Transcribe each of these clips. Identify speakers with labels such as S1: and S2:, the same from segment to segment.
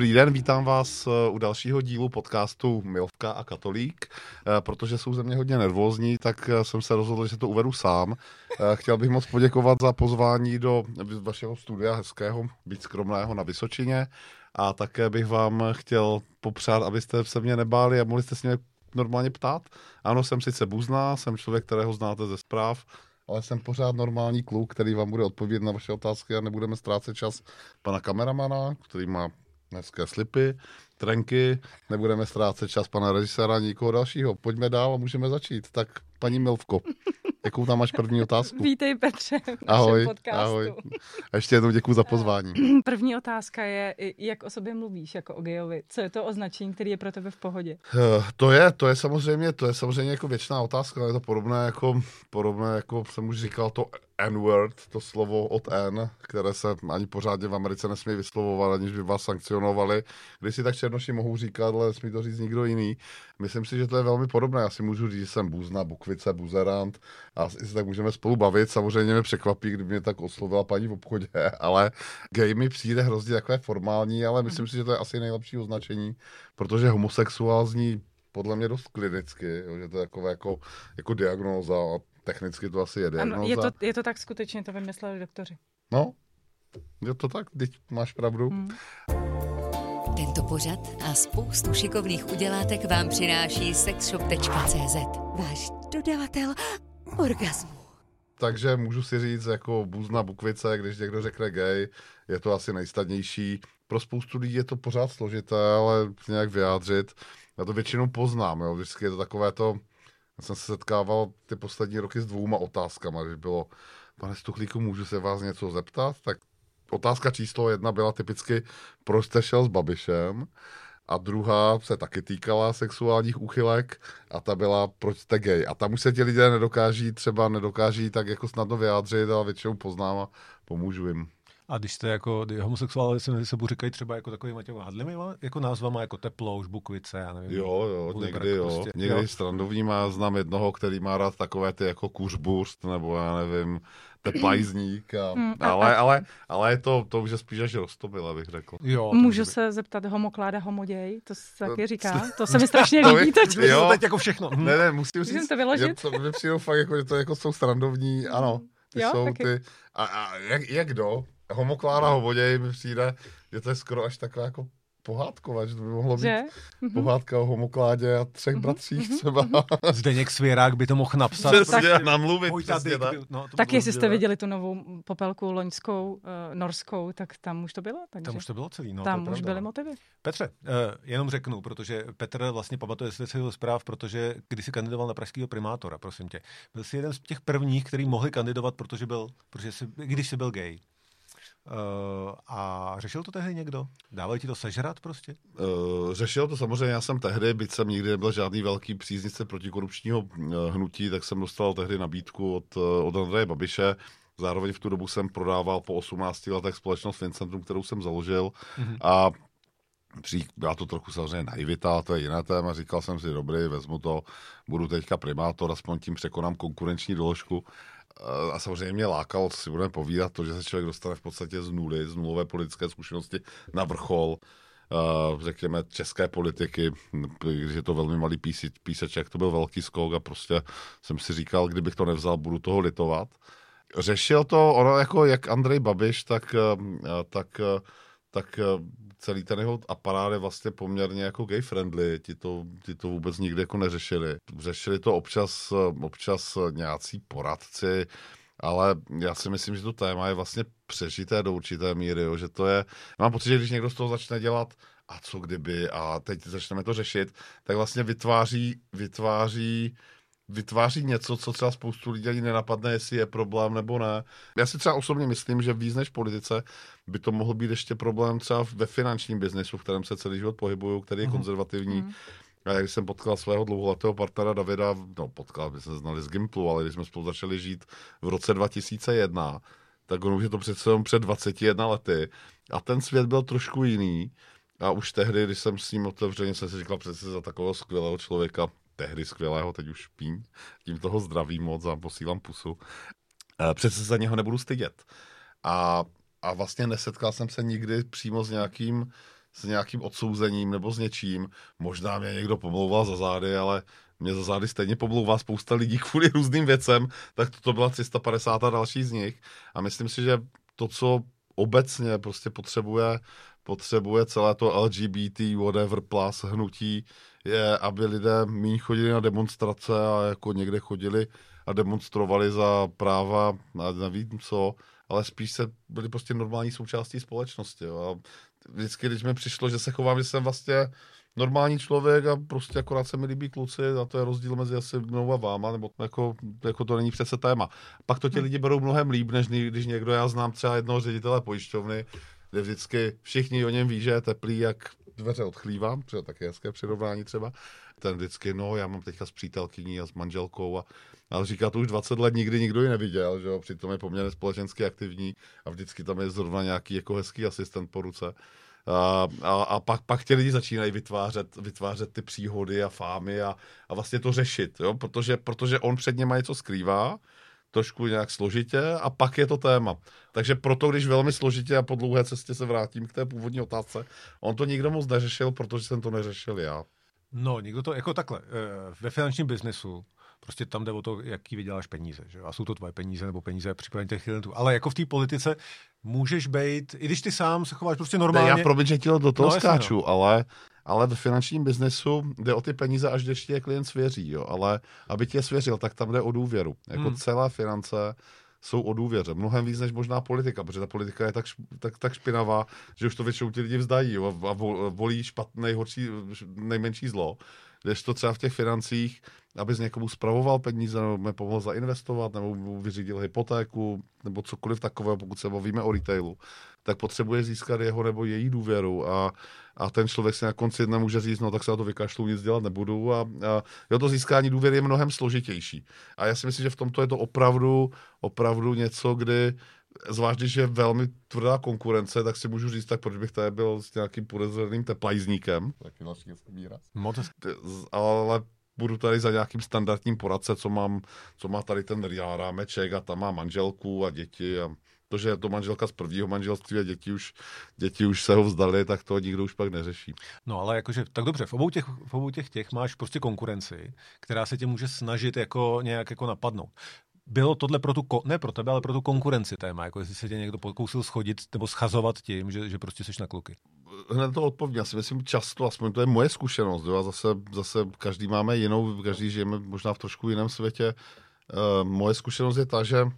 S1: Dobrý den, vítám vás u dalšího dílu podcastu Milvka a katolík. Protože jsou ze mě hodně nervózní, tak jsem se rozhodl, že to uvedu sám. Chtěl bych moc poděkovat za pozvání do vašeho studia hezkého, byť skromného na Vysočině. A také bych vám chtěl popřát, abyste se mě nebáli a mohli jste se mě normálně ptát. Ano, jsem sice buzná, jsem člověk, kterého znáte ze zpráv, ale jsem pořád normální kluk, který vám bude odpovědět na vaše otázky a nebudeme ztrácet čas pana kameramana, který má hezké slipy, trenky, nebudeme ztrácet čas pana režiséra, nikoho dalšího. Pojďme dál a můžeme začít. Tak paní Milvko, jakou tam máš první otázku?
S2: Vítej Petře v
S1: ahoj,
S2: podcastu.
S1: Ahoj. A ještě jednou děkuji za pozvání.
S2: První otázka je, jak o sobě mluvíš jako o gejovi? Co je to označení, který je pro tebe v pohodě?
S1: To je samozřejmě jako věčná otázka, je to podobné jako jsem už říkal, to N-word, to slovo od N, které se ani pořádně v Americe nesmí vyslovovat, aniž by vás sankcionovali. Když si tak černoši mohou říkat, ale nesmí to říct nikdo jiný. Myslím si, že to je velmi podobné. Já si můžu říct, že jsem buzna, bukvice, buzerant a si tak můžeme spolu bavit. Samozřejmě mě překvapí, kdyby mě tak oslovila paní v obchodě, ale gay mi přijde hrozně takové formální, ale myslím si, že to je asi nejlepší označení, protože homosexuál zní podle mě dost klinicky, že to je takové jako diagnóza a technicky to asi je diagnóza.
S2: Ano, je to tak skutečně, to vymysleli doktoři.
S1: No, je to tak, teď máš pravdu.
S3: Tento pořad a spoustu šikovných udělátek vám přináší sexshop.cz. Váš dodavatel orgazmu.
S1: Takže můžu si říct, jako buzna bukvice, když někdo řekne gay, je to asi nejsnadnější. Pro spoustu lidí je to pořád složité, ale nějak vyjádřit. Já to většinou poznám, jo. Vždycky je to takové to, já jsem se setkával ty poslední roky s 2 otázkama, když bylo, pane Stuchlíku, můžu se vás něco zeptat? Tak otázka číslo 1 byla typicky, proč jste šel s Babišem? A druhá se taky týkala sexuálních úchylek a ta byla, proč jste gay? A tam už se ti lidé nedokáží tak jako snadno vyjádřit, ale většinou poznám a pomůžu jim.
S4: A když jste jako homosexuálové se mezi sebou říkají třeba jako takovýma těma hadlivými jako názvama, jako teplouš, bukvice, já nevím.
S1: Jo, někdy jo. Prostě, někdy strandovníma znám jednoho, který má rád takové ty jako kuřburst, nebo já nevím, teplajzník. Ale to už je spíš až roztomilé, bych řekl.
S2: Jo, můžu se zeptat homokláda, homoděj? To se taky říká? To se mi strašně líbí teď.
S4: Jo, teď jako všechno.
S1: Ne, musím říct.
S2: Můžeme to vyložit?
S1: Mě přijdou fakt, jako, že to jako jsou strandovní, ano. Ty
S2: jo,
S1: jsou
S2: taky.
S1: ty. A jak kdo? Homokláda, homoděj mi přijde, že to je skoro až taková jako pohádkové, že to by mohlo být pohádka o homokládě a 3 bratřích třeba.
S4: Zdeněk Svěrák by to mohl napsat.
S1: Přesně, namluvit. Přesně,
S2: tak jestli jste viděli tu novou popelku loňskou, norskou, tak tam už to bylo. Takže
S4: tam už to bylo celý. No,
S2: tam už byly motivy.
S4: Petře, jenom řeknu, protože Petr vlastně pamatuje si zpráv, protože když jsi kandidoval na pražského primátora, prosím tě, byl jsi jeden z těch prvních, který mohli kandidovat, když jsi byl gay. A řešil to tehdy někdo? Dával ti to sežrat prostě?
S1: Řešil to samozřejmě, já jsem tehdy, byť jsem nikdy nebyl žádný velký příznivce protikorupčního hnutí, tak jsem dostal tehdy nabídku od Andreje Babiše. Zároveň v tu dobu jsem prodával po 18 letech společnost Fincentrum, kterou jsem založil. A byla to trochu samozřejmě naivita, to je jiné téma. Říkal jsem si, dobrý, vezmu to, budu teďka primátor, aspoň tím překonám konkurenční doložku. A samozřejmě mě lákalo, co si budeme povídat, to, že se člověk dostane v podstatě z nulové politické zkušenosti na vrchol, řekněme, české politiky, když je to velmi malý píseček, to byl velký skok a prostě jsem si říkal, kdybych to nevzal, budu toho litovat. Řešil to, ono jako jak Andrej Babiš, tak celý ten jeho aparát je vlastně poměrně jako gay friendly, ti to vůbec nikdy jako neřešili. Řešili to občas nějací poradci, ale já si myslím, že to téma je vlastně přežité do určité míry, jo, že to je, mám pocit, že když někdo z toho začne dělat a co kdyby a teď začneme to řešit, tak vlastně vytváří něco, co třeba spoustu lidí ani nenapadne, jestli je problém nebo ne. Já si třeba osobně myslím, že víc než v politice by to mohl být ještě problém třeba ve finančním biznesu, v kterém se celý život pohybuju, který je konzervativní. A když jsem potkal svého dlouholetého partnera Davida, my jsme znali z Gimplu, ale když jsme spolu začali žít v roce 2001, tak on už je to přece před 21 lety. A ten svět byl trošku jiný. A už tehdy, když jsem s ním otevřeně, jsem si říkal přece za takového skvělého člověka, tehdy skvělého, teď už píň, tím toho zdravím moc a posílám pusu. Přece za něho nebudu stydět. A vlastně nesetkal jsem se nikdy přímo s s nějakým odsouzením nebo s něčím. Možná mě někdo pomlouval za zády, ale mě za zády stejně pomlouvá spousta lidí kvůli různým věcem, tak to byla 350 a další z nich. A myslím si, že to, co obecně prostě potřebuje celé to LGBT, whatever plus hnutí, je, aby lidé méně chodili na demonstrace a jako někde chodili a demonstrovali za práva a nevím co, ale spíš se byli prostě normální součástí společnosti. Jo. A vždycky, když mi přišlo, že se chovám, že jsem vlastně normální člověk a prostě akorát se mi líbí kluci a to je rozdíl mezi asi mnou a váma, nebo jako to není přece téma. Pak to ti lidi berou mnohem líp, než když někdo, já znám třeba jednoho ředitele pojišťovny, kde vždycky všichni o něm ví, že je teplý, jak dveře od chlíva, protože taky hezké přirovnání třeba. Ten vždycky, no, já mám teďka s přítelkyní a s manželkou ale říká to už 20 let, nikdy nikdo ji neviděl, že jo, přitom je poměrně společensky aktivní a vždycky tam je zrovna nějaký jako hezký asistent po ruce. A pak ti lidi začínají vytvářet ty příhody a fámy a vlastně to řešit, jo? Protože on před něma něco skrývá, trošku nějak složitě a pak je to téma. Takže proto, když velmi složitě a po dlouhé cestě se vrátím k té původní otázce, on to nikdo moc neřešil, protože jsem to neřešil já.
S4: No, nikdo to, jako takhle, ve finančním biznesu prostě tam jde o to, jaký vyděláš peníze, že? A jsou to tvoje peníze nebo peníze připravení těch klientů. Ale jako v té politice můžeš být, i když ty sám se chováš prostě normálně.
S1: Já promiň, že ti do toho skáču,
S4: no.
S1: ale ve finančním biznesu jde o ty peníze, až když ti je klient svěří, jo. Ale aby ti je svěřil, tak tam jde o důvěru. Jako celé finance jsou o důvěře. Mnohem víc než možná politika, protože ta politika je tak špinavá, že už to většinou ti lidi vzdají, jo, a volí nejmenší zlo. Když to třeba v těch financích, abys někomu spravoval peníze, nebo mi pomohl zainvestovat, nebo mu vyřídil hypotéku, nebo cokoliv takového, pokud se bavíme o retailu, tak potřebuje získat jeho nebo její důvěru a ten člověk si na konci dne může říct, no tak se na to vykašlu, nic dělat nebudu a to získání důvěry je mnohem složitější. A já si myslím, že v tomto je to opravdu něco, kdy zvlášť, když je velmi tvrdá konkurence, tak si můžu říct, tak proč bych tady byl s nějakým podezřelým teplajzníkem. Taky další výraz. Ale budu tady za nějakým standardním poradce, co má tady ten rámeček a tam má manželku a děti a to, že je to manželka z prvního manželství a děti už se ho vzdali, tak to nikdo už pak neřeší.
S4: No ale jakože, tak dobře, v obou těch máš prostě konkurenci, která se tě může snažit jako nějak jako napadnout. Bylo tohle ne pro tebe, ale pro tu konkurenci téma, jako jestli se tě někdo pokusil schodit nebo schazovat tím, že prostě jsi na kluky.
S1: Hned to odpovím, já si myslím často, aspoň to je moje zkušenost, jo? A zase každý máme jinou, každý žijeme možná v trošku jiném světě. Moje zkušenost je ta, že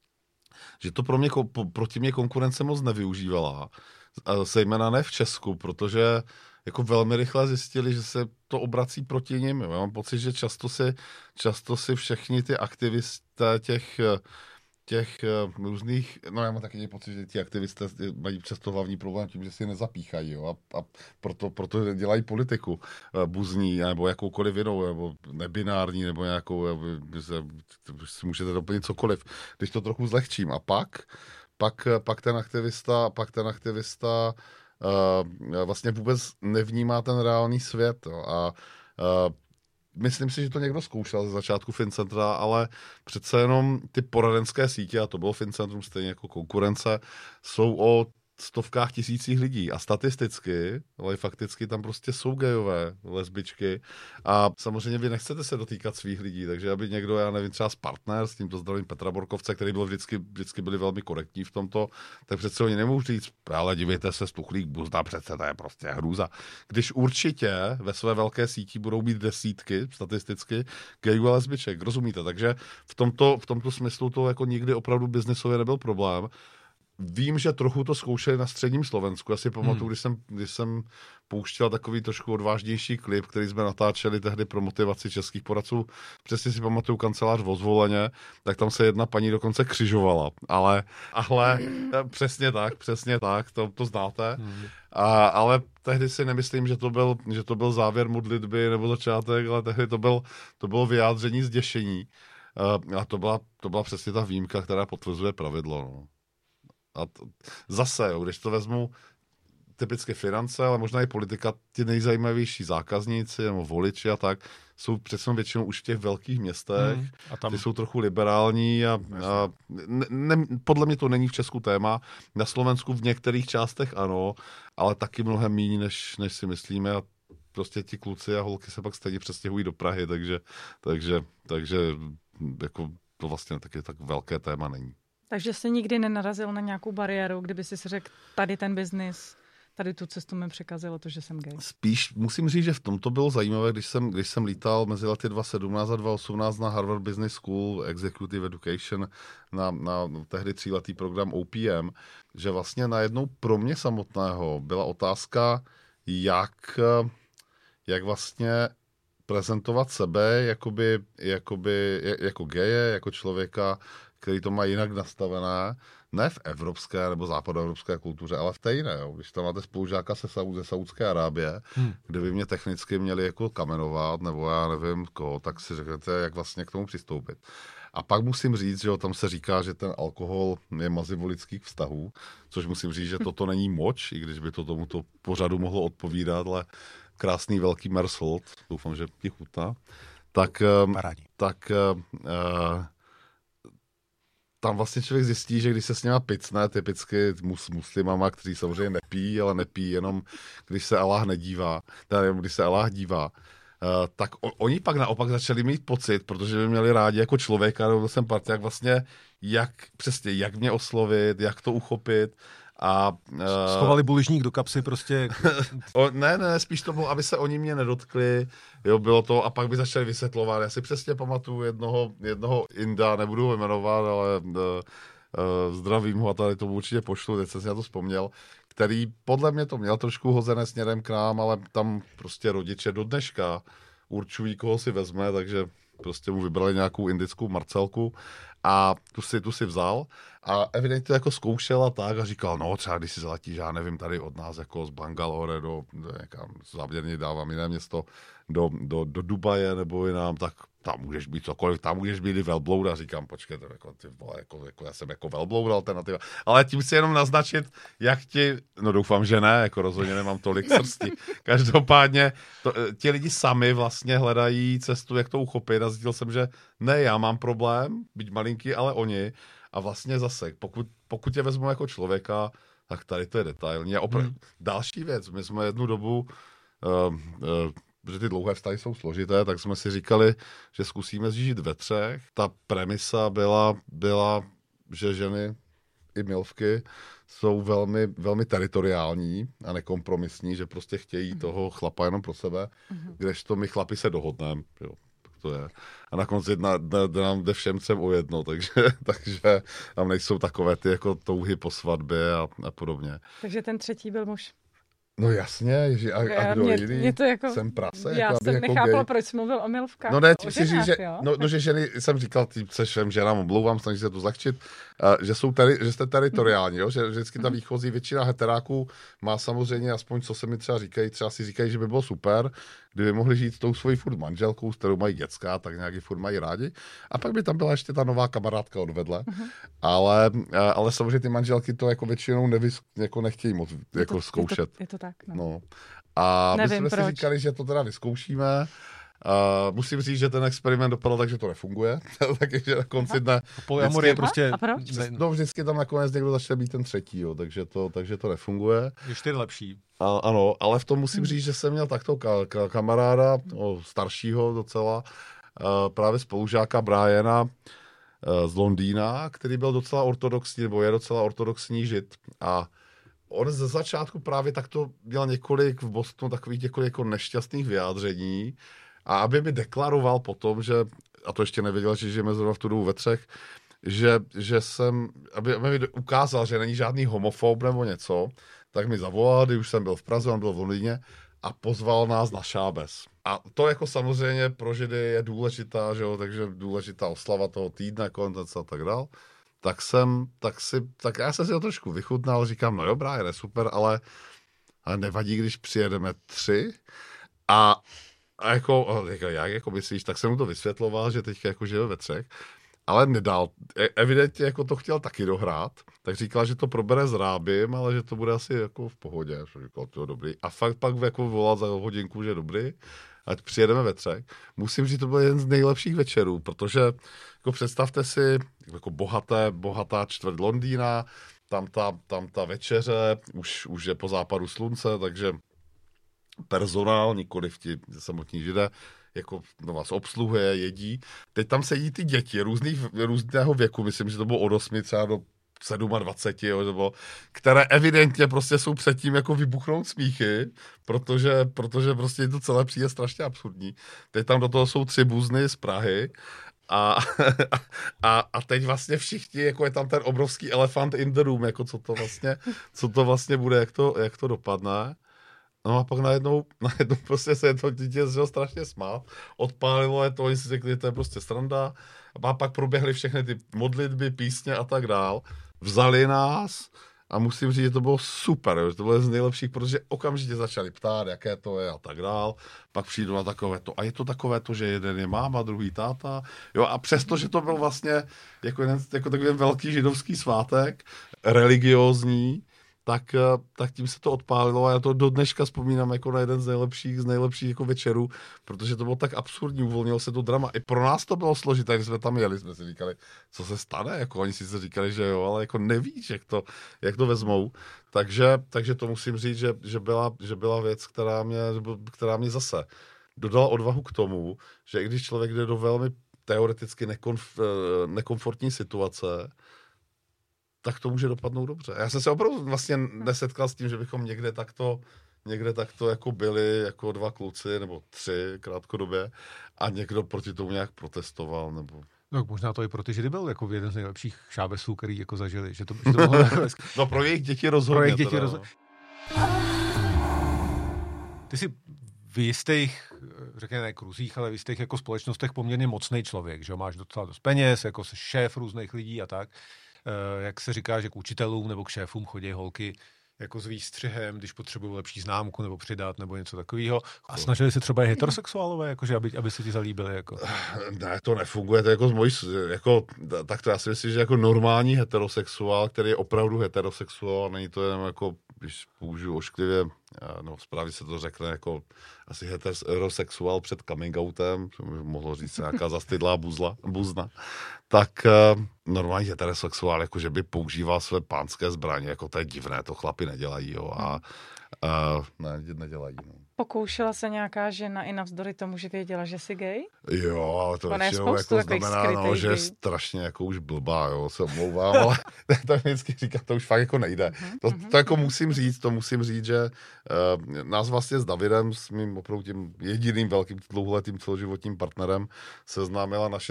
S1: to proti mě konkurence moc nevyužívala. Zejména ne v Česku, protože jako velmi rychle zjistili, že se to obrací proti nim. Já mám pocit, že často si všichni ty aktivisté těch různých, no já mám taky pocit, že ti aktivisté mají často hlavní problém tím, že si je nezapíchají, jo, a proto dělají politiku buzní, nebo jakoukoliv jinou, nebo nebinární, nebo nějakou, si můžete doplnit cokoliv, když to trochu zlehčím. A pak ten aktivista vlastně vůbec nevnímá ten reálný svět. Jo, a myslím si, že to někdo zkoušel ze začátku Fincentra, ale přece jenom ty poradenské sítě, a to bylo Fincentrum stejně jako konkurence, jsou o stovkách tisících lidí a statisticky, ale fakticky tam prostě jsou gejové, lesbičky a samozřejmě vy nechcete se dotýkat svých lidí, takže aby někdo, já nevím, třeba z Partner, s tímto zdravím Petra Borkovce, který byl vždycky byli velmi korektní v tomto, tak přece oni nemůžou říct, ale dívejte se, Stuchlík buzna, přece to je prostě hrůza. Když určitě ve své velké síti budou mít desítky statisticky gejů a lesbiček, rozumíte? Takže v tomto smyslu to jako nikdy opravdu biznesově nebyl problém. Vím, že trochu to zkoušeli na středním Slovensku. Já si pamatuju, když jsem pouštěl takový trošku odvážnější klip, který jsme natáčeli tehdy pro motivaci českých poradců. Přesně si pamatuju Kancelář o zvoleně, tak tam se jedna paní dokonce křižovala. Ale přesně tak, to znáte. Ale tehdy si nemyslím, že to byl závěr modlitby nebo začátek, ale tehdy to bylo vyjádření zděšení. A to byla přesně ta výjimka, která potvrzuje pravidlo. No. A zase, když to vezmu, typicky finance, ale možná i politika, ty nejzajímavější zákazníci nebo voliči a tak, jsou přece většinou už v těch velkých městech,
S4: A tam...
S1: ty jsou trochu liberální a podle mě to není v Česku téma. Na Slovensku v některých částech ano, ale taky mnohem méně, než si myslíme a prostě ti kluci a holky se pak stejně přestěhují do Prahy, takže jako to vlastně taky tak velké téma není.
S2: Takže jsi nikdy nenarazil na nějakou bariéru, kdyby si řekl, tady ten biznis, tady tu cestu mi překazilo to, že jsem gay.
S1: Spíš musím říct, že v tom to bylo zajímavé, když jsem lítal mezi lety 2017 a 2018 na Harvard Business School Executive Education na tehdy 3letý program OPM, že vlastně najednou pro mě samotného byla otázka, jak vlastně prezentovat sebe jako geje, jako člověka, který to má jinak nastavené, ne v evropské nebo západoevropské kultuře, ale v té jiné. Jo. Když tam máte spolužáka ze Saúdské Arábie, kde by mě technicky měli jako kamenovat, nebo já nevím koho, tak si řeknete, jak vlastně k tomu přistoupit. A pak musím říct, že tam se říká, že ten alkohol je mazivo lidských vztahů, což musím říct, že toto není moč, i když by to tomuto pořadu mohlo odpovídat, ale krásný velký Mersholt, doufám, že ti chutná, tak tam vlastně člověk zjistí, že když se s něma picne, typicky muslimama, kteří samozřejmě nepí, ale nepí jenom, když se Allah nedívá, když se Allah dívá, tak oni pak naopak začali mít pocit, protože by měli rádi jako člověka, nebo jsem parťák vlastně, jak mě oslovit, jak to uchopit.
S4: Schovali buližník do kapsy prostě.
S1: Ne, spíš to bylo, aby se oni mě nedotkli, jo, bylo to, a pak by začali vysvětlovat. Já si přesně pamatuju jednoho Inda, nebudu ho jmenovat, ale zdravím ho a tady to určitě pošlu, teď jsem si na to vzpomněl, který podle mě to měl trošku hozené směrem k nám, ale tam prostě rodiče do dneška určují, koho si vezme, takže prostě mu vybrali nějakou indickou Marcelku a tu si vzal a evidentně to jako zkoušel a tak a říkal, no třeba když si zaletíš, já nevím, tady od nás jako z Bangalore do někam, záměrně dávám jiné město, do Dubaje nebo jinam, tak tam můžeš být cokoliv, tam můžeš být i velbloud a říkám, počkejte, jako, ty vole, jako já jsem jako velbloud alternativa, ale tím si jenom naznačit, jak ti, no doufám, že ne, jako rozhodně nemám tolik srsti. Každopádně ti lidi sami vlastně hledají cestu, jak to uchopit a zjistil jsem, že ne, já mám problém, být malinký, ale oni a vlastně zase, pokud tě vezmu jako člověka, tak tady to je detailní. A další věc, my jsme jednu dobu protože ty dlouhé vztahy jsou složité, tak jsme si říkali, že zkusíme žít ve třech. Ta premisa byla, že ženy i milvky jsou velmi, velmi teritoriální a nekompromisní, že prostě chtějí toho chlapa jenom pro sebe, kdežto my chlapi se dohodneme. Jo, to je. A nakonec nám jde všem o jedno, takže tam nejsou takové ty jako touhy po svatbě a podobně.
S2: Takže ten třetí byl muž.
S1: No jasně, že a kdo jiný?
S2: To jako,
S1: jsem prase.
S2: Já
S1: jako,
S2: jsem
S1: jako
S2: nechápala, proč jsi mluvil o milvkách.
S1: No ne, tím si říct, že ženy, jsem říkal se všem ženám, omlouvám, snaží se to zlehčit, že jste teritoriální, jo? Že vždycky ta výchozí většina heteráků má samozřejmě, aspoň co se mi třeba si říkají, že by bylo super, kdyby mohli žít s tou svojí furt manželkou, s kterou mají děcka, tak nějaký furt mají rádi. A pak by tam byla ještě ta nová kamarádka odvedle. Ale samozřejmě ty manželky to jako většinou jako nechtějí moc jako zkoušet.
S2: Je to tak,
S1: no. A my jsme
S2: proč.
S1: si říkali, že to teda vyzkoušíme. Musím říct, že ten experiment dopadl tak, že to nefunguje. Takže na konci dne...
S4: Polyamorie prostě...
S2: A proč?
S1: No vždycky tam nakonec někdo začne být ten třetí, jo, takže to nefunguje.
S4: Je 4 lepší.
S1: Ano, ale v tom musím říct, že jsem měl takto kamaráda, staršího docela, právě spolužáka Briana z Londýna, který byl docela ortodoxní, nebo je docela ortodoxní žid. A on ze začátku právě takto měl několik v Bostonu takových jako nešťastných vyjádření a aby mi deklaroval potom, že, a to ještě nevěděl, že žijeme zrovna v tu dobu ve třech, že jsem, aby mi ukázal, že není žádný homofob nebo něco, tak mi zavolal, když už jsem byl v Praze, on byl v Londýně a pozval nás na šábes. A to jako samozřejmě pro Židy je důležitá, že jo, takže důležitá oslava toho týdne, konec a tak dál. Tak já jsem si to trošku vychutnal, říkám, no dobrá, je super, ale nevadí, když přijedeme 3 a jak jako myslíš, tak jsem mu to vysvětloval, že teďka jako žijeme ve 3 ale nedal. Evidentně jako to chtěl taky dohrát, tak říkal, že to probere s Rábym, ale že to bude asi jako v pohodě. Říkal, to je dobrý. A fakt pak jako volal za hodinku, že dobrý, ať přijedeme ve 3. Musím říct, to byl jeden z nejlepších večerů, protože jako představte si, jako bohatá čtvrt Londýna, tam ta večeře, už je po západu slunce, takže personál, nikoliv ti samotní Židé, jako vás obsluhuje, jedí. Teď tam sedí ty děti různého věku, myslím, že to bylo od 8 třeba do 27, jo, které evidentně prostě jsou předtím jako vybuchnout smíchy, protože prostě to celé přijde strašně absurdní. Teď tam do toho jsou 3 buzny z Prahy a teď vlastně všichni, jako je tam ten obrovský elephant in the room, jako co to vlastně bude, jak to dopadne. No a pak najednou prostě se to dítě strašně smát. Odpálilo je to, oni si řekli, že to je prostě sranda. A pak proběhly všechny ty modlitby, písně a tak dál. Vzali nás a musím říct, že to bylo super, že to bylo z nejlepších, protože okamžitě začali ptát, jaké to je a tak dál. Pak přijdu na takovéto. A je to takovéto, že jeden je máma, druhý táta. Jo, a přesto, že to byl vlastně jako takový velký židovský svátek, religiózní, tak tím se to odpálilo a já to do dneška vzpomínám jako na jeden z nejlepších jako večerů, protože to bylo tak absurdní, uvolnilo se to drama. I pro nás to bylo složité, když jsme tam jeli, jsme si říkali, co se stane, jako oni si se říkali, že jo, ale jako nevíš, jak to vezmou. Takže to musím říct, že byla věc, která mě zase dodala odvahu k tomu, že i když člověk jde do velmi teoreticky nekomfortní situace, tak to může dopadnout dobře. Já jsem se opravdu vlastně nesetkal s tím, že bychom někde takto jako byli jako 2 kluci nebo 3 krátkodobě a někdo proti tomu nějak protestoval nebo...
S4: No možná to i pro ty Židy byl jako jeden z nejlepších šábesů, který jako zažili, že to bylo
S1: No pro jejich děti rozhodně.
S4: Ty jsi v jistých, řekněme kruzích, ale v jistých jako společnostech poměrně mocnej člověk, že máš docela dost peněz, jako jsi šéf různých lidí a tak. Jak se říká, že k učitelům nebo k šéfům chodí holky jako s výstřihem, když potřebují lepší známku nebo přidat nebo něco takového. A snažili se třeba i heterosexuálové, jakože aby se ti zalíbili? Jako?
S1: Ne, to nefunguje, to je jako z mojí, jako, tak to já si myslím, že jako normální heterosexuál, který je opravdu heterosexuál, není to jenom jako, když použiju ošklivě, no správně se to řekne jako asi heterosexuál před coming outem, mohlo říct nějaká zastydlá buzna, tak normální heterosexuál, jako že by používal své pánské zbraně, jako to je divné, to chlapi nedělají, jo, ne, nedělají, no.
S2: Pokoušela se nějaká žena i navzdory tomu, že věděla, že jsi gay?
S1: Jo, ale to většinou jako znamená, no, že je strašně jako už blbá, jo, se omlouvám, ale to vždycky říká, to už fakt jako nejde. To jako musím říct, že nás vlastně s Davidem, s mým opravdu tím jediným velkým dlouholetým celoživotním partnerem, seznámila naše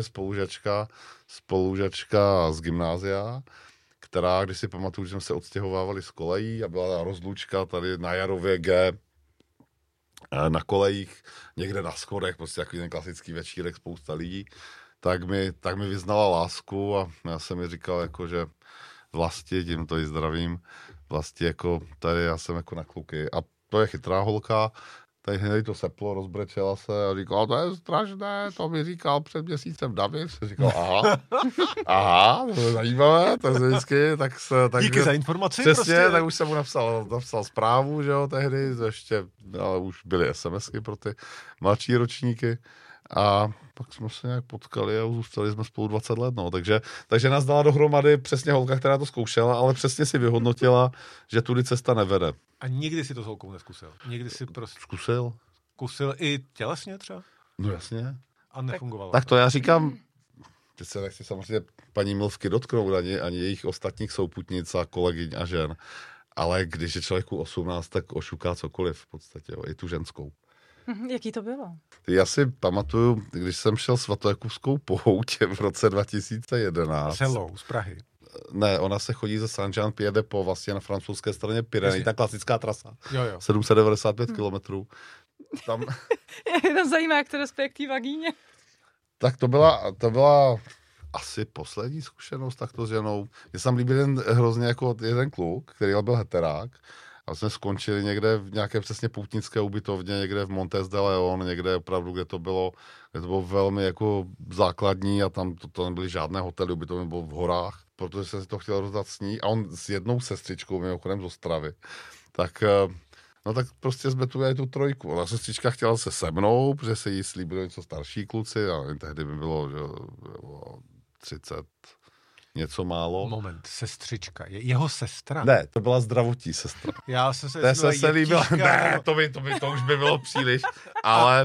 S1: spolužačka z gymnázia, která, když si pamatuju, že jsme se odstěhovávali z kolejí a byla rozlučka tady na Jarově G, na kolejích, někde na schodech, prostě takový ten klasický večírek, spousta lidí, tak mi vyznala lásku a já jsem mi říkal, jako, že Vlasti, tímto i zdravím, Vlasti, jako tady já jsem jako na kluky a to je chytrá holka, tady hned to seplo, rozbrečela se a říkala, to je strašné, to mi říkal před měsícem David. Říkal, aha, to je zajímavé, to je vždycky,
S4: díky za informaci.
S1: Přesně,
S4: prostě.
S1: tak už jsem mu napsal zprávu, že jo, tehdy, ještě, ale už byly SMSky pro ty mladší ročníky. A pak jsme se nějak potkali a zůstali jsme spolu 20 let, no. Takže nás dala dohromady přesně holka, která to zkoušela, ale přesně si vyhodnotila, že tudy cesta nevede.
S4: A nikdy si to s holkou neskusil? Nikdy si prostě...
S1: Zkusil.
S4: Zkusil i tělesně třeba?
S1: No jasně.
S4: A nefungovalo.
S1: Tak to já říkám, teď se nechci samozřejmě paní Milvky dotknout, ani jejich ostatních souputnic a kolegyň a žen, ale když je člověku 18, tak ošuká cokoliv v podstatě, jo, i tu ženskou.
S2: Jaký to bylo?
S1: Já si pamatuju, když jsem šel svatojakubskou pouť v roce 2011.
S4: Celou z Prahy.
S1: Ne, ona se chodí ze Saint-Jean-Pied-de-Port vlastně na francouzské straně Pyrenejí, ta klasická trasa.
S4: Jo.
S1: 795 kilometrů. Tam...
S2: Mě to zajímá, jak to dospěje k té vagíně.
S1: Tak to byla asi poslední zkušenost takto s ženou. Mně jsem líbil hrozně jako jeden kluk, který byl heterák A jsme skončili někde v nějaké přesně poutnické ubytovně, někde v Montes de Leon, někde opravdu, kde to bylo velmi jako základní a tam to nebyly žádné hotely, ubytovně bylo v horách, protože jsem si to chtěl rozdat s ní a on s jednou sestřičkou, mimochodem z Ostravy, tak prostě jsme tu tu trojku. Ta sestřička chtěla se mnou, protože se jí slíbilo něco starší kluci a tehdy by bylo 30 něco málo.
S4: Moment, sestřička. Je jeho sestra?
S1: Ne, to byla zdravotní sestra.
S4: Já jsem
S1: se líbila. Ne, to už by bylo příliš. Ale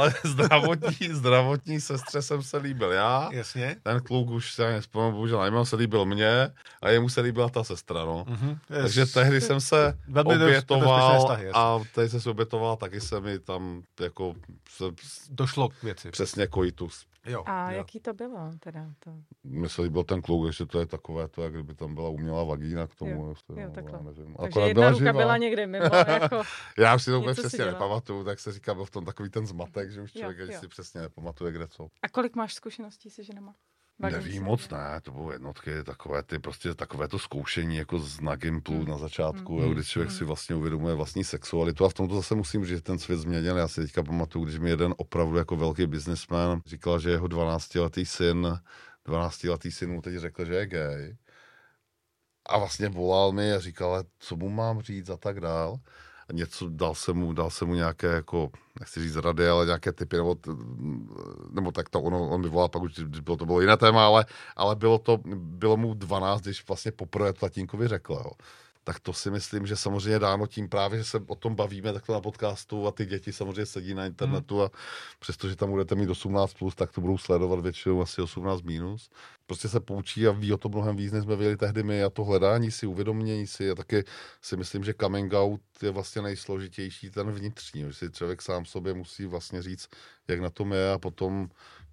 S1: zdravotní sestře jsem se líbil já.
S4: Jasně.
S1: Ten kluk už se nespomínám, bohužel najmám, se líbil mě a jemu se líbila ta sestra, no. Takže tehdy jsem se obětoval a teď jsem se obětoval, taky se mi tam jako...
S4: Došlo k věci.
S1: Přesně koitus.
S2: Jo. Jaký to bylo teda?
S1: Mně se líbil ten kluk, ještě to je takové to, jak kdyby tam byla umělá vagína k tomu.
S2: Jo, takhle.
S1: Nevím.
S2: Takže jedna ruka byla někde mimo. Jako
S1: já už si to úplně přesně nepamatuju, tak se říká, byl v tom takový ten zmatek, že už člověk si přesně nepamatuje, kde co.
S2: A kolik máš zkušeností se ženama?
S1: Nevím moc, ne, to bylo jednotky, takové to zkoušení jako na Gimplu na začátku, kdy člověk si vlastně uvědomuje vlastní sexualitu a v tomto zase musím říct, že ten svět změnil. Já si teďka pamatuju, když mi jeden opravdu jako velký businessman říkal, že jeho 12letý syn mu teď řekl, že je gay a vlastně volal mi a říkal, co mu mám říct a tak dál. Něco dal se mu nějaké, jako, nechci říct rady, ale nějaké typy, nebo tak to on mi volal, pak už to bylo jiné téma, ale bylo mu 12, když vlastně poprvé to tatínkovi řekl, jo. Tak to si myslím, že samozřejmě dáno tím právě, že se o tom bavíme takhle na podcastu a ty děti samozřejmě sedí na internetu a přestože tam budete mít 18+, tak to budou sledovat většinou asi 18-. Prostě se poučí a ví o to mnohem víc, než jsme věděli tehdy my a to hledání si, uvědomění si a taky si myslím, že coming out je vlastně nejsložitější ten vnitřní, že si člověk sám sobě musí vlastně říct, jak na tom je a potom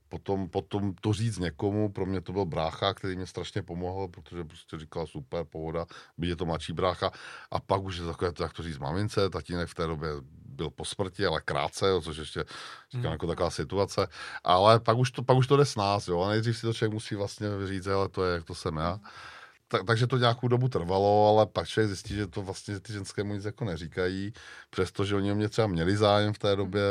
S1: to říct někomu. Pro mě to byl brácha, který mě strašně pomohl, protože prostě říkal super, pohoda, byť je to mladší brácha. A pak už je takové, jak to říct mamince, tatínek v té době byl po smrti, ale krátce, jo, což ještě říkám jako taková situace. Ale pak už to jde s nás, jo. A nejdřív si to člověk musí vlastně říct, ale to je, jak to jsem já. Takže to nějakou dobu trvalo, ale pak člověk zjistí, že to vlastně ty ženské mu nic jako neříkají, přestože oni o mě třeba měli zájem v té době.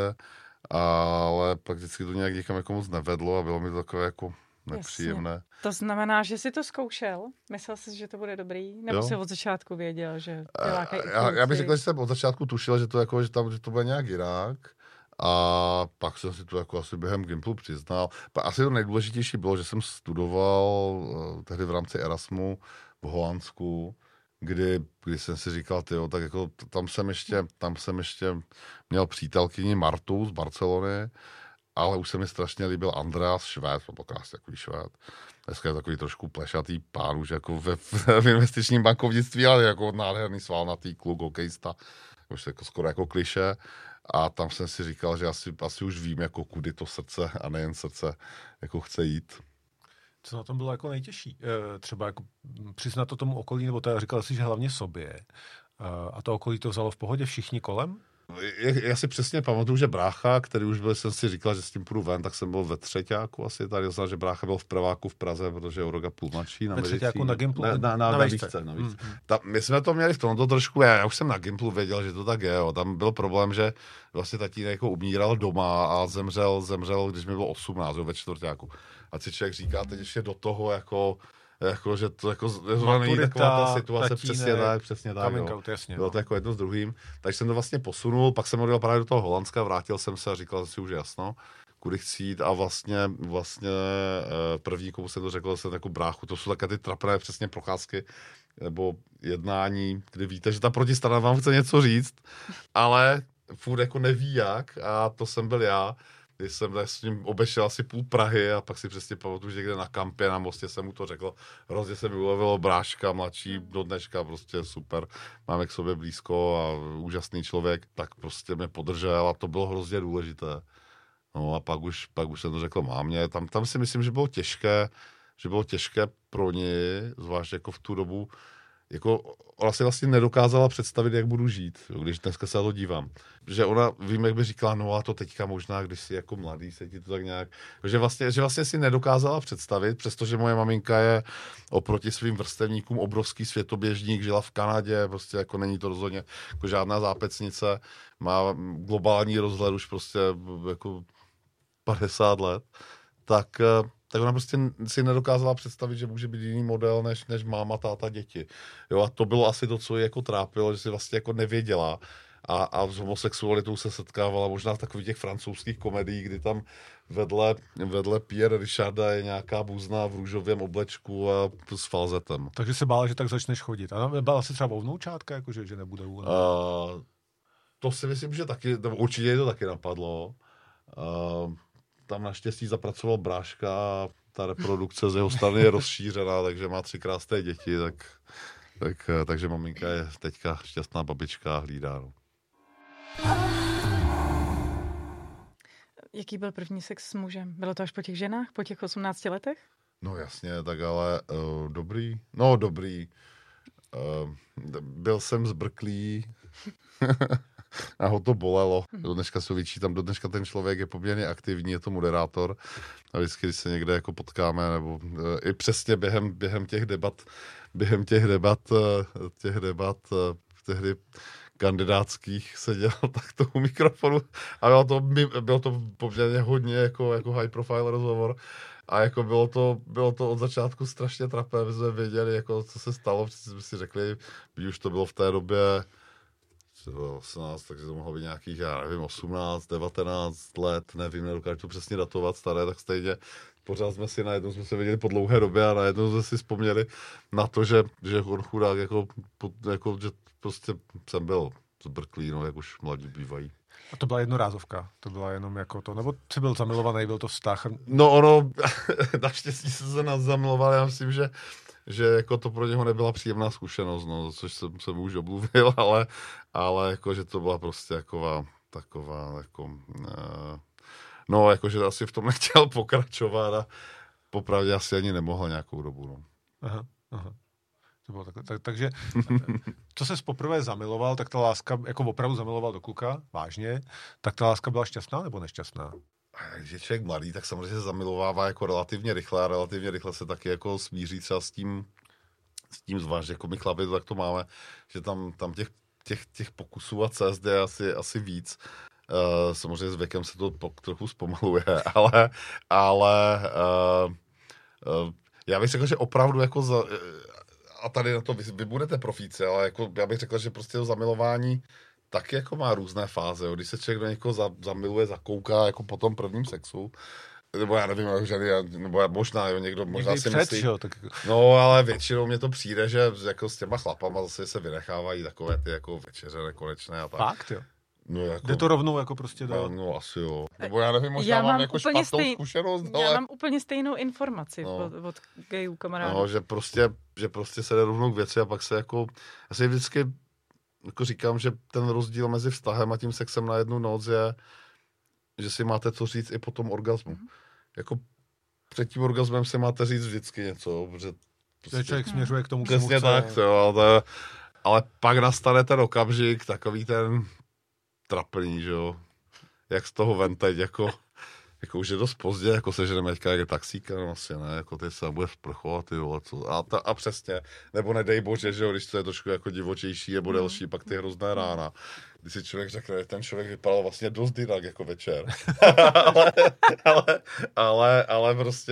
S1: Ale pak vždycky to nějak někam jako moc nevedlo a bylo mi to takové jako nepříjemné.
S2: Jasně. To znamená, že jsi to zkoušel? Myslel jsi, že to bude dobrý? Nebo jsi od začátku věděl, že
S1: já bych řekl, že jsem od začátku tušil, že to bude nějak jinak. A pak jsem si to jako asi během Gimplu přiznal. Asi to nejdůležitější bylo, že jsem studoval tehdy v rámci Erasmu v Holandsku, kdy jsem si říkal, tyjo, tak jako tam jsem ještě měl přítelkyni Martu z Barcelony, ale už se mi strašně líbil Andreas Švéd, to byl krásný takový Švéd. Dneska je takový trošku plešatý pán, už jako v investičním bankovnictví, ale jako nádherný svalnatý kluk, hokejista, už jako skoro jako klišé. A tam jsem si říkal, že asi už vím, jako kudy to srdce a nejen srdce jako chce jít.
S4: Co na tom bylo jako nejtěžší? Třeba jako přiznat to tomu okolí, nebo teda říkal jsi, že hlavně sobě. A to okolí to vzalo v pohodě všichni kolem?
S1: Já si přesně pamatuju, že brácha, který už byl, jsem si říkal, že s tím půjdu ven, tak jsem byl ve třeťáku asi tady. Znal, že brácha byl v prváku v Praze, protože je o rok a půl mladší.
S4: Ve třeťáku na Gimplu?
S1: Na výšce. My jsme to měli v tomto trošku, já už jsem na Gimplu věděl, že to tak je. Jo. Tam byl problém, že vlastně tatínek jako umíral doma a zemřel, když mi bylo 18, ve čtvrťáku. A si člověk říká teď ještě do toho jako že to jako není taková ta situace, přesně tak.
S4: Out, jasně,
S1: bylo to jako jedno s druhým. Takže jsem to vlastně posunul, pak jsem odjel právě do toho Holandska, vrátil jsem se a říkal si už jasno, kudy chci jít a vlastně první, komu jsem to řekl, jsem jako bráchu, to jsou také ty trapné přesně procházky, nebo jednání, kdy víte, že ta protistrana vám chce něco říct, ale furt jako neví jak a to jsem byl já. Když jsem s ním obešel asi půl Prahy a pak si přesně pamatuju, že někde na kampě, na mostě jsem mu to řekl. Hrozně se mi ulevilo, bráška, mladší do dneška, prostě super. Máme k sobě blízko a úžasný člověk, tak prostě mě podržel a to bylo hrozně důležité. No a pak už jsem to řekl mámě. Tam si myslím, že bylo těžké pro ně, zvlášť jako v tu dobu, jako ona si vlastně nedokázala představit, jak budu žít, jo, když dneska se na to dívám. Že ona, vím, jak by říkala, no a to teďka možná, když jsi jako mladý, se ti to tak nějak, že vlastně si nedokázala představit, přestože moje maminka je oproti svým vrstevníkům obrovský světoběžník, žila v Kanadě, prostě jako není to rozhodně jako žádná zápecnice, má globální rozhled už prostě jako 50 let, tak ona prostě si nedokázala představit, že může být jiný model než máma, táta, děti. Jo, a to bylo asi to, co ji jako trápilo, že si vlastně jako nevěděla a s homosexualitou se setkávala možná v takových těch francouzských komediích, kdy tam vedle Pierre Richarda je nějaká buzna v růžovém oblečku a s falzetem.
S4: Takže se bála, že tak začneš chodit. A bála se třeba o vnoučátka, jako že nebude
S1: To si myslím, že taky, určitě to taky napadlo. Tam naštěstí zapracoval bráška a ta reprodukce z jeho strany je rozšířená, takže má 3 krásné děti, takže maminka je teďka šťastná babička a hlídá. No.
S2: Jaký byl první sex s mužem? Bylo to až po těch ženách, po těch 18 letech?
S1: No jasně, tak ale dobrý. No dobrý. Byl jsem zbrklý. A ho to bolelo. Do dneška se vyčítám, do dneška ten člověk je poměrně aktivní, je to moderátor. A vždycky, když se někde jako potkáme, nebo i přesně během těch debat, tehdy kandidátských seděl takto u mikrofonu a bylo to poměrně hodně jako high profile rozhovor. A jako bylo to od začátku strašně trapné, my jsme věděli, jako, co se stalo, protože jsme si řekli, už to bylo v té době 18, takže to mohlo být nějakých, já nevím, 18, 19 let, nevím, nedokážu to přesně datovat, staré, tak stejně pořád jsme se viděli po dlouhé době a najednou jsme si vzpomněli na to, že on chudák, jako, že prostě jsem byl zbrklý, no, jak už mladí bývají.
S4: A to byla jednorázovka? To byla jenom jako to, nebo jsi byl zamilovaný, byl to vztah?
S1: No ono, naštěstí se zamiloval, já myslím, že jako to pro něho nebyla příjemná zkušenost, no, což jsem se už omluvil, ale jako, že to byla prostě taková jako, no, jako, že asi v tom nechtěl pokračovat a popravdě asi ani nemohl nějakou dobu, no.
S4: Aha. To bylo takže co ses poprvé zamiloval, tak ta láska, jako opravdu zamiloval do kluka, vážně, tak ta láska byla šťastná nebo nešťastná?
S1: Když je člověk mladý, tak samozřejmě se zamilovává jako relativně rychle a relativně rychle se taky jako smíří třeba s tím zvlášť, jako my chlapi, tak to máme, že tam těch pokusů a cest je asi víc. Samozřejmě s věkem se to trochu zpomaluje, ale já bych řekl, že opravdu jako a tady na to vy budete profíci, ale jako já bych řekl, že prostě to zamilování taky jako má různé fáze. Jo. Když se člověk do někoho zamiluje, zakouká jako po tom prvním sexu, nebo já nevím, nebo možná, jo, někdo možná si myslí. No, ale většinou mně to přijde, že jako s těma chlapama zase se vynechávají takové ty jako večeře nekonečné a tak.
S4: Fakt, jo?
S1: No, jako,
S4: jde to rovnou jako prostě do...
S1: No, asi jo. Nebo já nevím, možná mám jako špatnou zkušenost, ale...
S2: Já mám úplně stejnou informaci od gayů kamarádů.
S1: No, že prostě se jde rovnou k věci a pak se jako... Já si vždycky jako říkám, že ten rozdíl mezi vztahem a tím sexem na jednu noc je, že si máte co říct i po tom orgazmu. Jako před tím orgazmem si máte říct vždycky něco, protože...
S4: Prostě, člověk směřuje k tomu, k
S1: přesně tak, jo, ale pak nastane ten okamžik, takový ten trapný, že jo, jak z toho ven teď, jako už je dost pozdě, jako seženeme teďka jak taxíka, no asi ne, jako teď se bude sprchovat, ty vole, co, a přesně, nebo nedej bože, že jo, když to je trošku jako divočejší nebo delší, pak ty hrozné rána, když si člověk řekne, že ten člověk vypadal vlastně dost jinak jako večer, ale prostě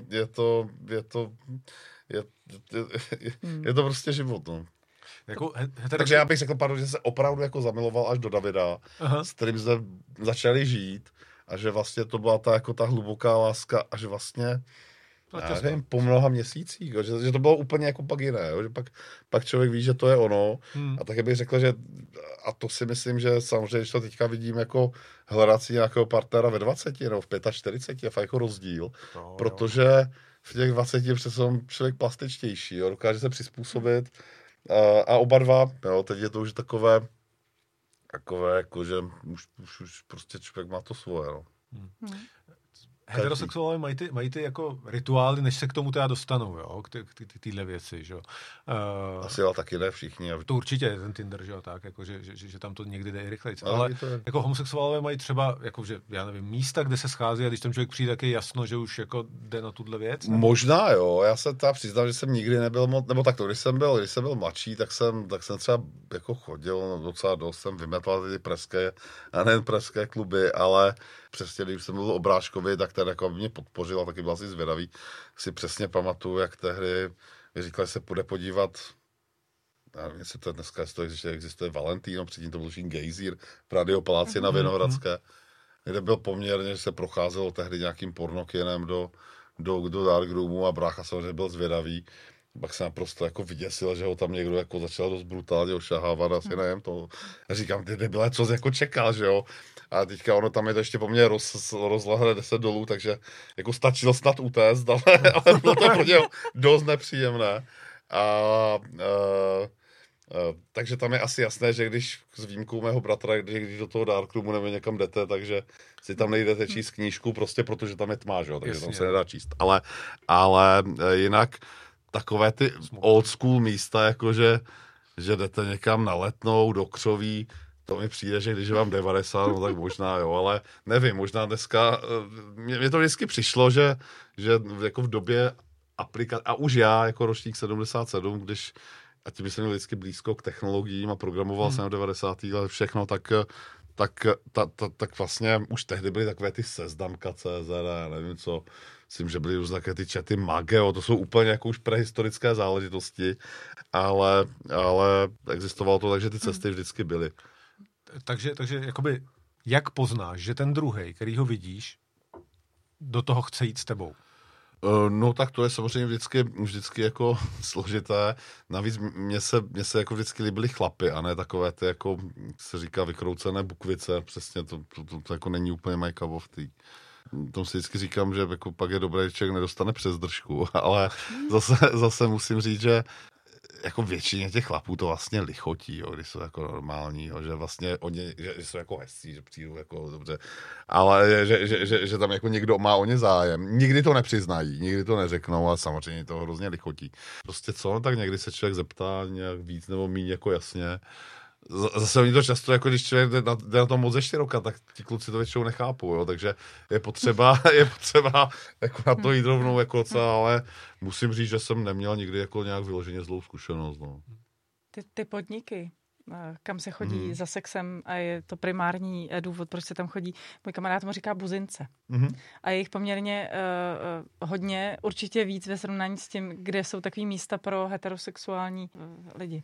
S1: je to prostě život, no.
S4: Jako
S1: Takže já bych řekl, že se opravdu jako zamiloval až do Davida, s kterým jsme začali žít a že vlastně to byla ta hluboká láska a že vlastně, já nevím, po mnoha měsících, že to bylo úplně jako pak jiné, jo, že pak člověk ví, že to je ono a také bych řekl, že a to si myslím, že samozřejmě, když to teďka vidím jako hledat si nějakého partnera ve 20, no v 45 je fakt jako rozdíl, protože v těch 20 přece člověk plastičtější, jo, dokáže se přizpůsobit. A oba dva, jo, teď je to už takové jako, že už prostě člověk má to svoje, no.
S4: Heterosexuálové mají ty jako rituály, než se k tomu teda dostanou, jo, tyhle věci, že jo.
S1: Asi jo, taky ne všichni.
S4: To určitě, ten Tinder, že jo, tak, jako, že tam to někdy jde i rychlejc. Ale jako homosexuálové mají třeba, jako, že, já nevím, místa, kde se schází a když tam člověk přijde, tak je jasno, že už jako jde na tuhle věc. Nebo?
S1: Možná jo, já se teda přiznám, že jsem nikdy nebyl moc, nebo takto, když jsem byl mladší, tak jsem třeba jako chodil docela dost, jsem vymetal ty pražské, a nejen pražské kluby, ale přesně, když jsem mluvil o Bráškovi, tak ten jako mě podpořil a taky byl asi zvědavý. Si přesně pamatuju, jak tehdy mi říkal, že se půjde podívat, já nevím, jestli to dneska existuje Valentino, předtím to byl Gejzír v Radio Paláci na Vinohradské, kde byl poměrně, že se procházelo tehdy nějakým pornokinem do Dark Roomu a brácha samozřejmě byl zvědavý. Pak se naprosto jako vyděsil, že ho tam někdo jako začal dost brutálně ošahávat, asi nevím to. A říkám, ty debile, co jsi jako čekal, že jo? A teďka ono tam je to ještě po mně rozlehlé 10 dolů, takže jako stačilo snad utéct, ale bylo to pro něho dost nepříjemné. Takže tam je asi jasné, že když s výjimkou mého bratra, když do toho Darkroomu nebo někam jdete, takže si tam nejdete číst knížku, prostě protože tam je tma, že jo? Takže tam se nedá číst. Ale jinak takové ty old school místa, jakože že jdete někam na Letnou, do Křoví, to mi přijde, že když je vám 90, no tak možná jo, ale nevím, možná dneska, mě to vždycky přišlo, že jako v době aplikace, a už já jako ročník 77, když, a tím jsem měl vždycky blízko k technologiím a programoval jsem v 90. let všechno, tak vlastně už tehdy byly takové ty seznamka.cz, nevím co, myslím, že byly už také ty chaty Mageo, to jsou úplně jako už prehistorické záležitosti, ale existovalo to tak, že ty cesty vždycky byly.
S4: Takže jakoby, jak poznáš, že ten druhej, který ho vidíš, do toho chce jít s tebou?
S1: No tak to je samozřejmě vždycky jako složité. Navíc mně se jako vždycky líbily chlapy a ne takové ty jako se říká vykroucené bukvice. Přesně to jako není úplně my cup of tea. Tom si vždycky říkám, že jako pak je dobré, že člověk nedostane přes držku, ale zase musím říct, že jako většině těch chlapů to vlastně lichotí, jo, když jsou jako normální, jo, že vlastně oni, že jsou jako hezcí, že přijdou jako dobře, ale že tam jako někdo má o ně zájem. Nikdy to nepřiznají, nikdy to neřeknou, ale samozřejmě to hrozně lichotí. Prostě co, no, tak někdy se člověk zeptá nějak víc nebo míň jako jasně. Zase oni to často, jako když člověk jde na tom moc ze široka, tak ti kluci to většinou nechápou, jo, takže je potřeba jako na to jít rovnou jako docela, ale musím říct, že jsem neměl nikdy jako nějak vyloženě zlou zkušenost, no.
S2: Ty podniky, kam se chodí za sexem a je to primární důvod, proč se tam chodí, můj kamarád mu říká buzince. A je jich poměrně hodně, určitě víc ve srovnání s tím, kde jsou takový místa pro heterosexuální lidi.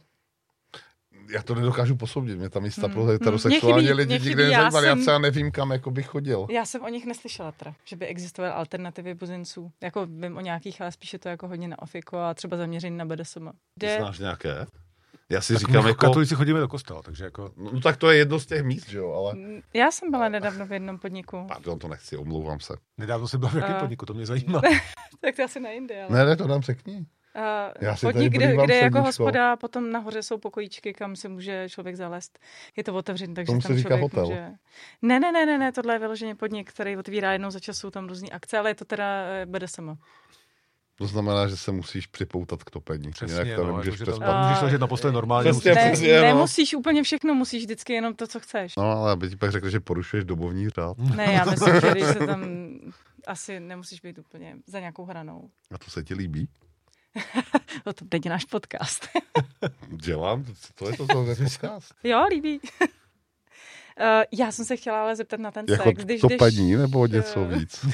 S1: Já to nedokážu posoudit, mě tam místa pro heterosexuální lidi nikdy nezajímaly, já třeba nevím, kam jako bych chodil.
S2: Já jsem o nich neslyšela teda, že by existovaly alternativy buzinců. Jako vím o nějakých, ale spíše to jako hodně na ofiko a třeba zaměření na BDSM.
S1: Ty znáš nějaké? Já si
S4: tak
S1: říkám jako...
S4: Katolíci chodíme do kostela, takže jako...
S1: No tak to je jedno z těch míst, že jo, ale...
S2: Já jsem byla nedávno v jednom podniku.
S1: Pardon, to nechci, omlouvám se.
S4: Nedávno jsi byla v jakém podniku, to mě zajímá.
S2: Tak to asi na jindy, ale...
S1: Ne, to nám řekni.
S2: Podnik, kde jako hospoda, potom nahoře jsou pokojíčky, kam si může člověk zalézt. Je to otevřený, takže
S1: tomu
S2: tam
S1: se říká
S2: člověk
S1: hotel.
S2: může... Ne, tohle je vyloženě podnik, který otvírá jednou za čas, jsou tam různý akce, ale je to teda BDSM.
S1: To znamená, že se musíš připoutat k topení.
S4: Přesně,
S1: jinak to
S4: no,
S1: nemůžeš
S4: jako, můžeš ležet na posteli normálně.
S2: Nemusíš úplně všechno, musíš vždycky jenom to, co chceš.
S1: No, ale aby ti pak řekl, že porušuješ dobovní řád.
S2: Ne, já myslím, že když se tam asi nemusíš být úplně za nějakou hranou.
S1: A to se ti líbí?
S2: To teď je náš podcast.
S1: Dělám? To je podcast.
S2: Jo, líbí. Já jsem se chtěla ale zeptat na ten
S1: jako
S2: sex. Když
S1: topení nebo něco víc?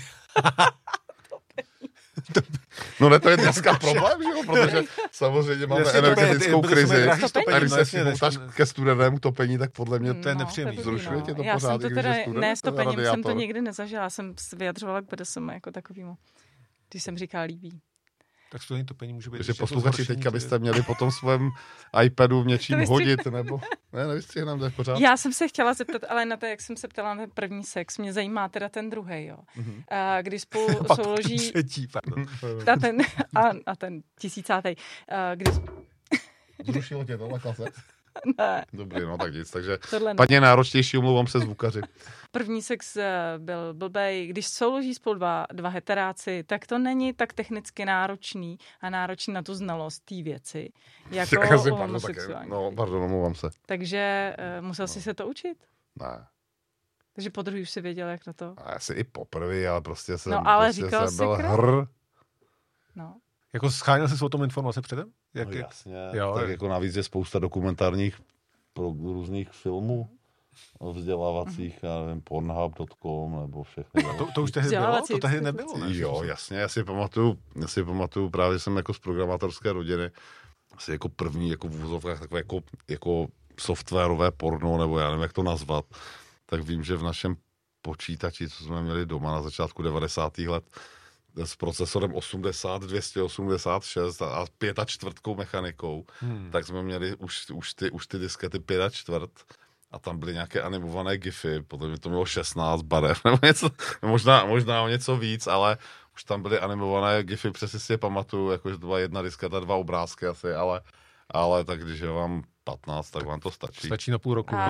S1: No ne, to je dneska problém, že jo? Protože samozřejmě máme energetickou krizi. A když se připoutáš ke studenému topení, tak podle mě
S4: to je nepříjemný.
S1: Zrušuje tě to
S2: já
S1: pořád,
S2: jsem to
S1: když
S2: teda,
S1: je studený.
S2: ne s topením jsem to nikdy nezažila. Jsem vyjadřovala k BDSM jako takovýmu. Když jsem říkala líbí.
S4: Tak studený topení může být...
S1: Takže posluchači teďka byste měli po tom svém iPadu v něčím hodit, nebo... Ne, nevystřihnám, to je pořád.
S2: Já jsem se chtěla zeptat, ale na to, jak jsem se ptala na ten první sex, mě zajímá teda ten druhej, jo. Když spolu souloží... A ten 1000.
S1: Zrušilo tě to, lekla se?
S2: Ne.
S1: Dobrý, no tak nic. Takže
S2: Tohle ne.
S1: padně náročnější, omlouvám se zvukaři.
S2: První sex byl blbej. Když souloží spolu dva heteráci, tak to není tak technicky náročný a náročný na tu znalost té věci, jako homosexuální.
S1: Pardon, omlouvám se.
S2: Takže musel jsi se to učit?
S1: Ne.
S2: Takže podruhý už jsi věděl, jak na to?
S1: A asi i poprvé, ale prostě jsem,
S2: ale říkal jsi
S1: byl hr.
S2: No.
S4: Jako scháněl jsi o tom informace předem?
S1: Jasně. Jo, tak jako navíc je spousta dokumentárních různých filmů vzdělávacích, já nevím, Pornhub.com nebo všechny.
S4: To už tehdy bylo? To tehdy nebylo, ne?
S1: Jo, jasně, já si pamatuju, právě jsem jako z programátorské rodiny, asi jako první, jako v úvozovkách, takové jako softwarové porno, nebo já nevím, jak to nazvat, tak vím, že v našem počítači, co jsme měli doma na začátku 90. let, s procesorem 286 a 5/4 mechanikou, tak jsme měli už ty diskety 5/4 a tam byly nějaké animované gify, potom to mělo 16 barev, nebo něco, možná o něco víc, ale už tam byly animované gify, přesně si je pamatuju, jakože to byla jedna disketa, 2 obrázky asi, ale tak když je vám 15, tak vám to stačí.
S4: Stačí na půl roku.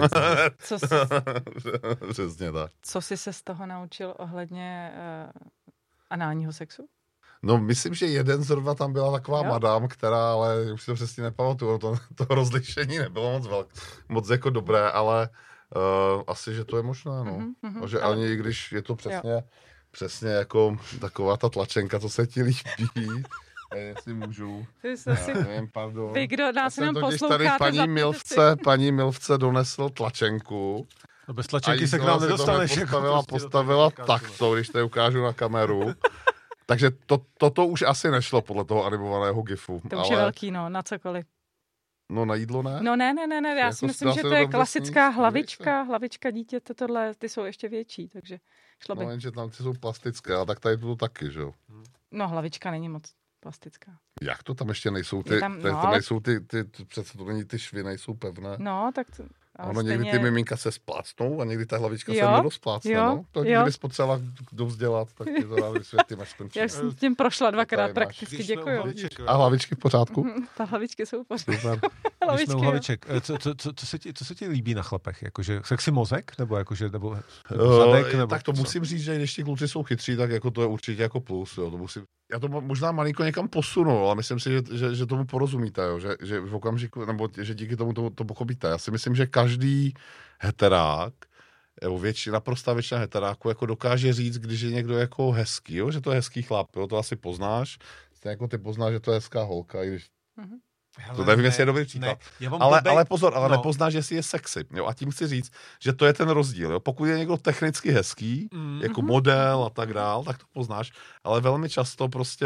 S1: Přesně tak.
S2: Co jsi se z toho naučil ohledně análního sexu?
S1: No, myslím, že jeden zrovna tam byla taková madam, která, ale už si to přesně nepamatuju, to rozlišení nebylo moc jako dobré, ale asi, že to je možné, no. Že ani i když je to přesně jako taková ta tlačenka, co se ti líbí, jestli můžu. Nevím, pardon.
S2: Vy, kdo nás jenom posloucháte,
S1: tady paní Milvce donesl tlačenku.
S4: No bez tlačenky se k nám nedostaneš.
S1: Postavila takto, když to ukážu na kameru. Takže toto už asi nešlo podle toho animovaného gifu.
S2: To už je velký, no, na cokoliv.
S1: No na jídlo ne?
S2: No ne, já si myslím, že to je klasická hlavička dítěte, tohle, ty jsou ještě větší, takže šlo by.
S1: No jenže tam ty jsou plastické, a tak tady to taky, že jo?
S2: No hlavička není moc plastická.
S1: Jak to tam ještě nejsou ty, tam nejsou ty, přece to není ty švy, nejsou pevné.
S2: No, tak to,
S1: ono někdy ty miminka se splácnou a někdy ta hlavička se nerozplácne, no. To kdybys potřebovala dovzdělat, tak ti to dá vysvětlit, máš skončit.
S2: Já jsem s tím prošla 2krát prakticky, děkuju.
S1: A hlavičky v pořádku?
S2: Ta hlavičky jsou v pořádku.
S4: Hlaviček. Co se ti líbí na chlapech? Jakože sexy mozek? Nebo zadek? Nebo
S1: tak to musím říct, že když ti kluci jsou chytří, tak jako to je určitě jako plus. Jo. Já to možná malinko někam posunu, ale myslím si, že tomu porozumíte, jo. Že v okamžiku, nebo že díky tomu to pochopíte. Já si myslím, že každý heterák, naprostá většina heteráků jako dokáže říct, když je někdo jako hezký, jo, že to je hezký chlap, jo, to asi poznáš. Jako ty poznáš, že to je hezká holka, i když... To nevím, jestli je dobrý příklad. Ale pozor, nepoznáš, jestli je sexy. Jo? A tím chci říct, že to je ten rozdíl. Jo? Pokud je někdo technicky hezký, jako model a tak dál, tak to poznáš. Ale velmi často prostě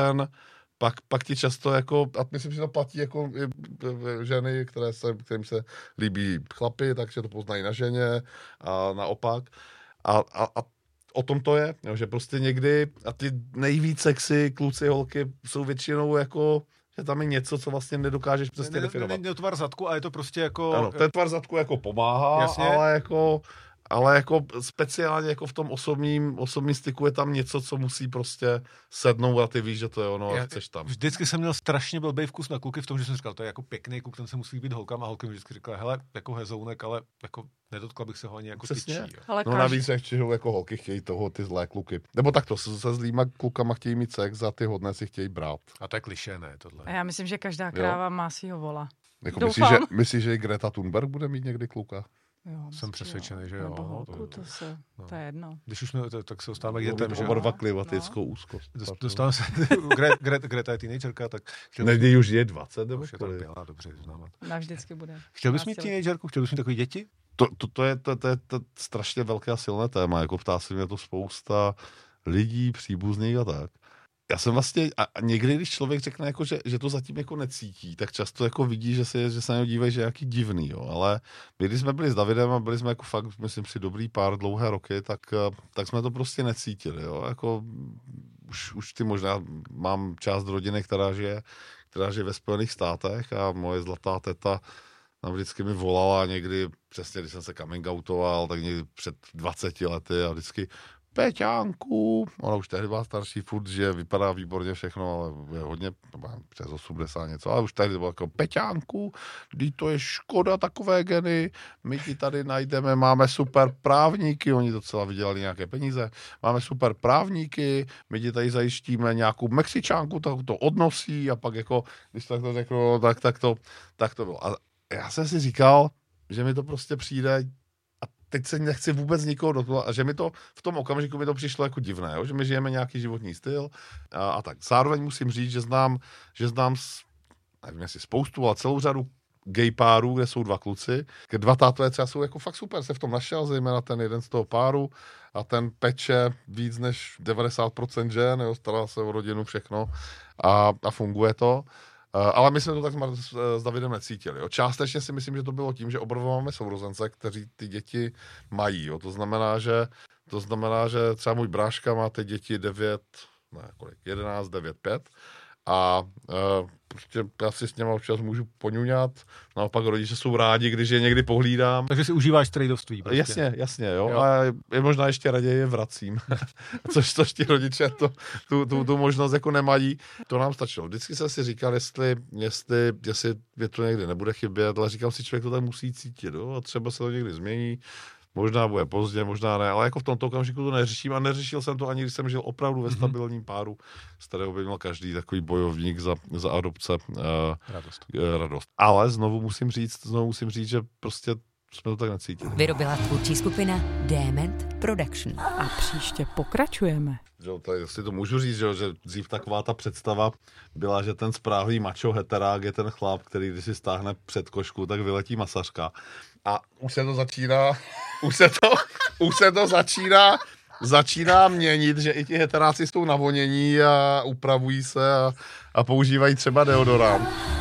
S1: pak ti často jako, a myslím, že to platí jako ženy, kterým se líbí chlapy, takže to poznají na ženě a naopak. A o tom to je, jo? Že prostě někdy a ty nejvíc sexy kluci, holky jsou většinou jako že tam je něco, co vlastně nedokážeš přesně definovat.
S4: Není to tvar zadku, a je to prostě jako...
S1: Ano, ten tvar zadku jako pomáhá, ale jako speciálně jako v tom osobním styku je tam něco, co musí prostě sednout a ty víš, že to je ono a chceš tam.
S4: Vždycky jsem měl strašně blbej vkus na kluky v tom, že jsem říkal, to je jako pěkný kluk, ten se musí být holkám, a holky mi vždycky říkala, hele, jako hezounek, ale jako nedotkla bych se ho ani jako tyčí.
S1: No navíc, jak jako holky chtějí ty zlé kluky. Nebo takto, se zlýma klukama chtějí mít sex, za ty hodné si chtějí brát.
S4: A to je klišé, ne, tohle.
S2: A já myslím, že každá kráva má svýho vola.
S1: Jako myslíš, že i Greta Thunberg bude mít někdy kluka?
S2: Jo,
S4: jsem přesvědčený, že jo.
S2: Holku, to je jedno.
S4: Když už tak se dostáváme k dětem, že jo.
S1: Oba klimatickou úzkost.
S4: Dostáváme se, Greta je teenagerka, tak...
S1: Nejde už je 20, nebo
S4: už je tam bělá, dobře, známat.
S2: Vždycky bude.
S4: Chtěl bys mít teenagerku? Chtěl bys mít takový děti?
S1: To je strašně velké a silné téma, jako ptá se mě to spousta lidí, příbuzných a tak. Já jsem vlastně, a někdy, když člověk řekne, jako, že to zatím jako necítí, tak často jako vidí, že se na něho dívají, že je jaký divný, jo. Ale my, když jsme byli s Davidem a byli jsme jako fakt, myslím si, dobrý pár dlouhé roky, tak jsme to prostě necítili, jo. Jako, už ty možná mám část rodiny, která žije ve Spojených státech a moje zlatá teta tam vždycky mi volala někdy, přesně když jsem se coming outoval, tak někdy před 20 lety a vždycky Peťánku, ona už tehdy byla starší, furt, že vypadá výborně všechno, ale je hodně, přes 80 něco, ale už tehdy bylo jako Peťánku, když to je škoda takové geny, my ti tady najdeme, máme super právníky, oni docela vydělali nějaké peníze, máme super právníky, my ti tady zajištíme nějakou Mexičánku, to odnosí a pak jako, když tak to řeknu, tak to bylo. A já jsem si říkal, že mi to prostě přijde. Teď se nechci vůbec nikoho dotknout a že mi to v tom okamžiku mi to přišlo jako divné, jo? Že my žijeme nějaký životní styl a tak. Zároveň musím říct, že znám nevím jestli spoustu, ale celou řadu gay párů, kde jsou 2 kluci, kde 2 tátové třeba jsou jako fakt super, se v tom našel, zejména ten jeden z toho páru a ten peče víc než 90% žen, jo? Stará se o rodinu, všechno a funguje to. Ale my jsme to tak s Davidem necítili. Jo. Částečně si myslím, že to bylo tím, že oba máme sourozence, kteří ty děti mají. Jo. To znamená, že třeba můj bráška má ty děti 11, 9, 5 a prostě já si s něma občas můžu poňuňat. Naopak rodiče jsou rádi, když je někdy pohlídám.
S4: Takže si užíváš strejdovství. Prostě.
S1: Jasně, jo. A je možná ještě raději je vracím. což ti rodiče tu možnost jako nemají. To nám stačilo. Vždycky jsem si říkal, jestli je to někdy nebude chybět, ale říkám si, člověk to tak musí cítit. Jo? A třeba se to někdy změní. Možná bude pozdě, možná ne, ale jako v tomto okamžiku to neřeším a neřešil jsem to ani, když jsem žil opravdu ve stabilním páru, z kterého by měl každý takový bojovník za adopce radost. Ale znovu musím říct, že prostě jsme to tak necítili.
S3: Vyrobila tvůrčí skupina Dement Production.
S2: A příště pokračujeme.
S1: Jestli to můžu říct, že dřív taková ta představa byla, že ten správný macho heterák je ten chlap, který když si stáhne před košku, tak vyletí masařka. A už se to začíná měnit, že i ti heteráci jsou navonění a upravují se a používají třeba deodorant.